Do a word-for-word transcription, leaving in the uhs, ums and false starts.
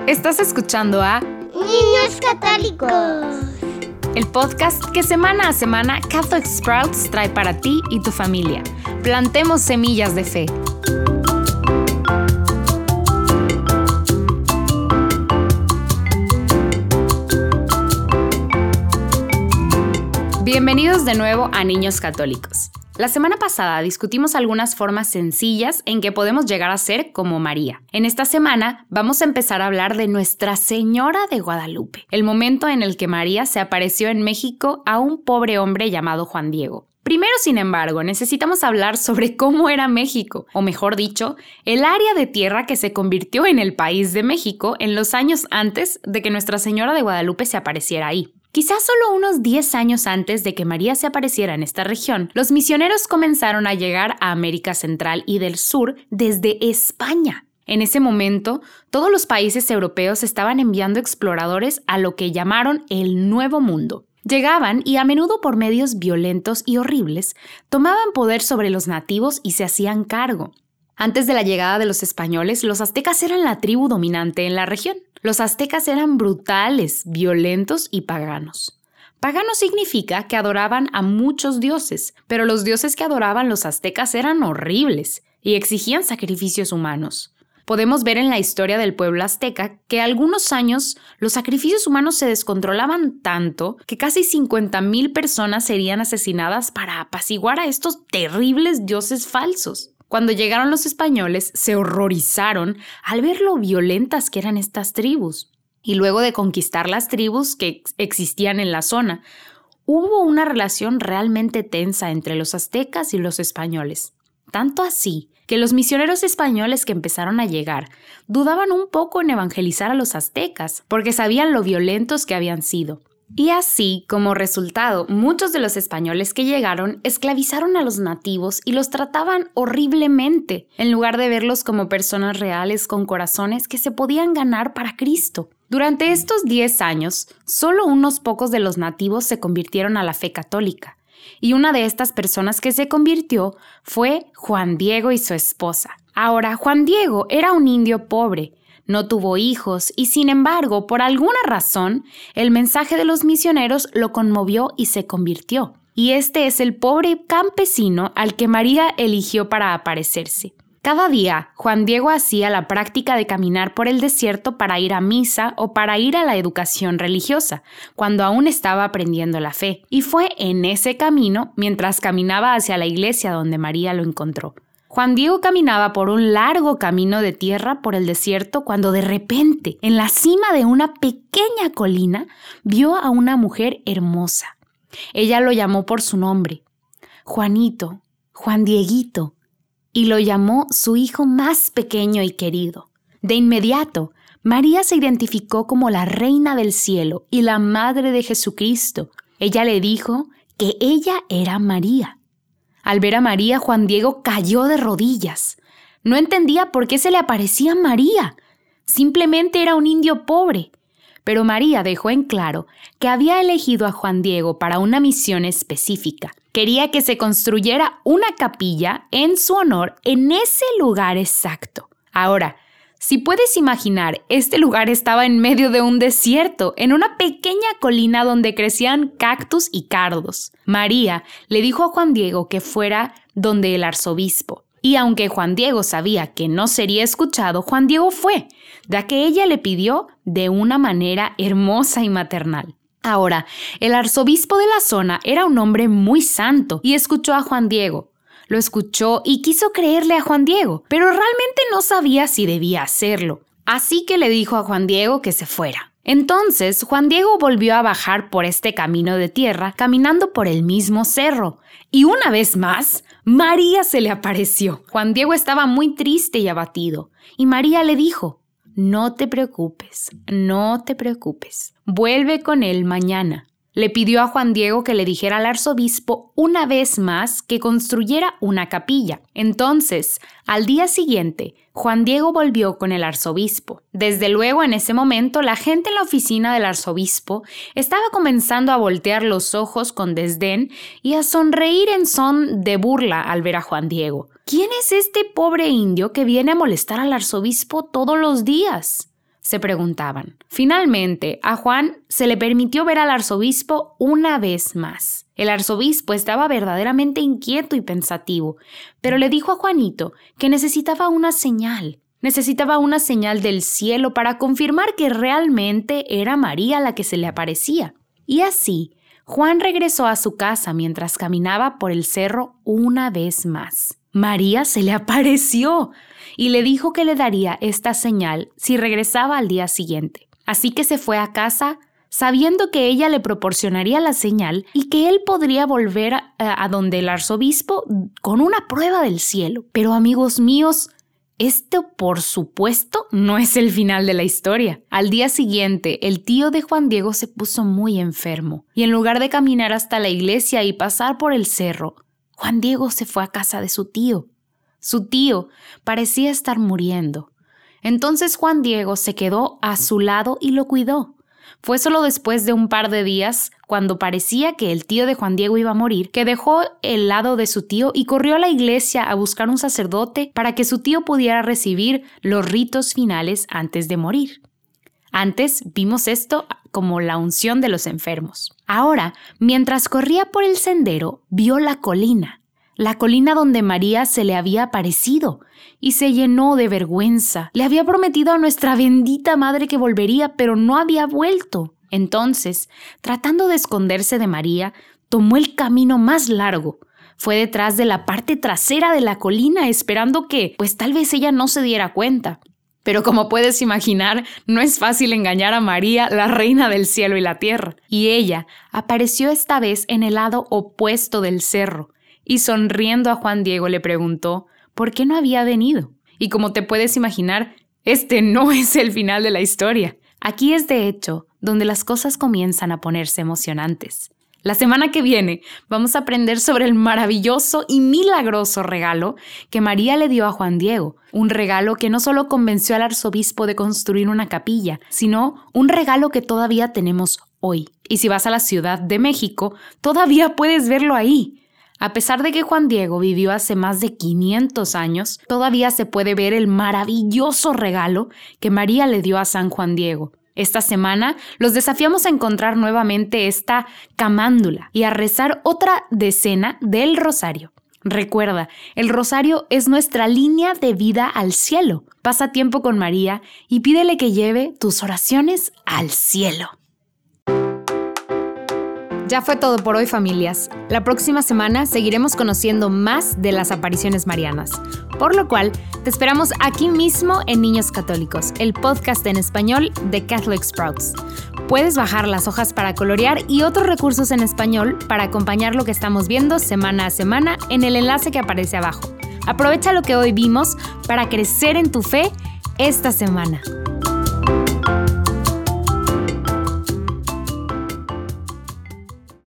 Estás escuchando a Niños Católicos, el podcast que semana a semana Catholic Sprouts trae para ti y tu familia. Plantemos semillas de fe. Bienvenidos de nuevo a Niños Católicos. La semana pasada discutimos algunas formas sencillas en que podemos llegar a ser como María. En esta semana vamos a empezar a hablar de Nuestra Señora de Guadalupe, el momento en el que María se apareció en México a un pobre hombre llamado Juan Diego. Primero, sin embargo, necesitamos hablar sobre cómo era México, o mejor dicho, el área de tierra que se convirtió en el país de México en los años antes de que Nuestra Señora de Guadalupe se apareciera ahí. Quizás solo unos diez años antes de que María se apareciera en esta región, los misioneros comenzaron a llegar a América Central y del Sur desde España. En ese momento, todos los países europeos estaban enviando exploradores a lo que llamaron el Nuevo Mundo. Llegaban y a menudo por medios violentos y horribles, tomaban poder sobre los nativos y se hacían cargo. Antes de la llegada de los españoles, los aztecas eran la tribu dominante en la región. Los aztecas eran brutales, violentos y paganos. Pagano significa que adoraban a muchos dioses, pero los dioses que adoraban los aztecas eran horribles y exigían sacrificios humanos. Podemos ver en la historia del pueblo azteca que algunos años los sacrificios humanos se descontrolaban tanto que casi cincuenta mil personas serían asesinadas para apaciguar a estos terribles dioses falsos. Cuando llegaron los españoles, se horrorizaron al ver lo violentas que eran estas tribus. Y luego de conquistar las tribus que existían en la zona, hubo una relación realmente tensa entre los aztecas y los españoles. Tanto así que los misioneros españoles que empezaron a llegar dudaban un poco en evangelizar a los aztecas, porque sabían lo violentos que habían sido. Y así, como resultado, muchos de los españoles que llegaron esclavizaron a los nativos y los trataban horriblemente, en lugar de verlos como personas reales con corazones que se podían ganar para Cristo. Durante estos diez años, solo unos pocos de los nativos se convirtieron a la fe católica, y una de estas personas que se convirtió fue Juan Diego y su esposa. Ahora, Juan Diego era un indio pobre. No tuvo hijos y, sin embargo, por alguna razón, el mensaje de los misioneros lo conmovió y se convirtió. Y este es el pobre campesino al que María eligió para aparecerse. Cada día, Juan Diego hacía la práctica de caminar por el desierto para ir a misa o para ir a la educación religiosa, cuando aún estaba aprendiendo la fe. Y fue en ese camino, mientras caminaba hacia la iglesia donde María lo encontró. Juan Diego caminaba por un largo camino de tierra por el desierto cuando de repente, en la cima de una pequeña colina, vio a una mujer hermosa. Ella lo llamó por su nombre, Juanito, Juan Dieguito, y lo llamó su hijo más pequeño y querido. De inmediato, María se identificó como la Reina del Cielo y la Madre de Jesucristo. Ella le dijo que ella era María. Al ver a María, Juan Diego cayó de rodillas. No entendía por qué se le aparecía María. Simplemente era un indio pobre. Pero María dejó en claro que había elegido a Juan Diego para una misión específica. Quería que se construyera una capilla en su honor en ese lugar exacto. Ahora, si puedes imaginar, este lugar estaba en medio de un desierto, en una pequeña colina donde crecían cactus y cardos. María le dijo a Juan Diego que fuera donde el arzobispo. Y aunque Juan Diego sabía que no sería escuchado, Juan Diego fue, ya que ella le pidió de una manera hermosa y maternal. Ahora, el arzobispo de la zona era un hombre muy santo y escuchó a Juan Diego. Lo escuchó y quiso creerle a Juan Diego, pero realmente no sabía si debía hacerlo. Así que le dijo a Juan Diego que se fuera. Entonces, Juan Diego volvió a bajar por este camino de tierra, caminando por el mismo cerro. Y una vez más, María se le apareció. Juan Diego estaba muy triste y abatido, y María le dijo: «No te preocupes, no te preocupes. Vuelve con él mañana». Le pidió a Juan Diego que le dijera al arzobispo una vez más que construyera una capilla. Entonces, al día siguiente, Juan Diego volvió con el arzobispo. Desde luego, en ese momento, la gente en la oficina del arzobispo estaba comenzando a voltear los ojos con desdén y a sonreír en son de burla al ver a Juan Diego. ¿Quién es este pobre indio que viene a molestar al arzobispo todos los días? se preguntaban. Finalmente, a Juan se le permitió ver al arzobispo una vez más. El arzobispo estaba verdaderamente inquieto y pensativo, pero le dijo a Juanito que necesitaba una señal. Necesitaba una señal del cielo para confirmar que realmente era María la que se le aparecía. Y así, Juan regresó a su casa mientras caminaba por el cerro una vez más. María se le apareció y le dijo que le daría esta señal si regresaba al día siguiente. Así que se fue a casa sabiendo que ella le proporcionaría la señal y que él podría volver a, a donde el arzobispo con una prueba del cielo. Pero amigos míos, esto, por supuesto, no es el final de la historia. Al día siguiente, el tío de Juan Diego se puso muy enfermo y en lugar de caminar hasta la iglesia y pasar por el cerro, Juan Diego se fue a casa de su tío. Su tío parecía estar muriendo. Entonces Juan Diego se quedó a su lado y lo cuidó. Fue solo después de un par de días, cuando parecía que el tío de Juan Diego iba a morir, que dejó el lado de su tío y corrió a la iglesia a buscar un sacerdote para que su tío pudiera recibir los ritos finales antes de morir. Antes vimos esto como la unción de los enfermos. Ahora, mientras corría por el sendero, vio la colina, la colina donde María se le había aparecido, y se llenó de vergüenza. Le había prometido a nuestra bendita madre que volvería, pero no había vuelto. Entonces, tratando de esconderse de María, tomó el camino más largo. Fue detrás de la parte trasera de la colina, esperando que, pues tal vez ella no se diera cuenta. Pero como puedes imaginar, no es fácil engañar a María, la reina del cielo y la tierra. Y ella apareció esta vez en el lado opuesto del cerro, y sonriendo a Juan Diego le preguntó por qué no había venido. Y como te puedes imaginar, este no es el final de la historia. Aquí es de hecho donde las cosas comienzan a ponerse emocionantes. La semana que viene vamos a aprender sobre el maravilloso y milagroso regalo que María le dio a Juan Diego. Un regalo que no solo convenció al arzobispo de construir una capilla, sino un regalo que todavía tenemos hoy. Y si vas a la Ciudad de México, todavía puedes verlo ahí. A pesar de que Juan Diego vivió hace más de quinientos años, todavía se puede ver el maravilloso regalo que María le dio a San Juan Diego. Esta semana los desafiamos a encontrar nuevamente esta camándula y a rezar otra decena del rosario. Recuerda, el rosario es nuestra línea de vida al cielo. Pasa tiempo con María y pídele que lleve tus oraciones al cielo. Ya fue todo por hoy, familias. La próxima semana seguiremos conociendo más de las apariciones marianas, por lo cual te esperamos aquí mismo en Niños Católicos, el podcast en español de Catholic Sprouts. Puedes bajar las hojas para colorear y otros recursos en español para acompañar lo que estamos viendo semana a semana en el enlace que aparece abajo. Aprovecha lo que hoy vimos para crecer en tu fe esta semana.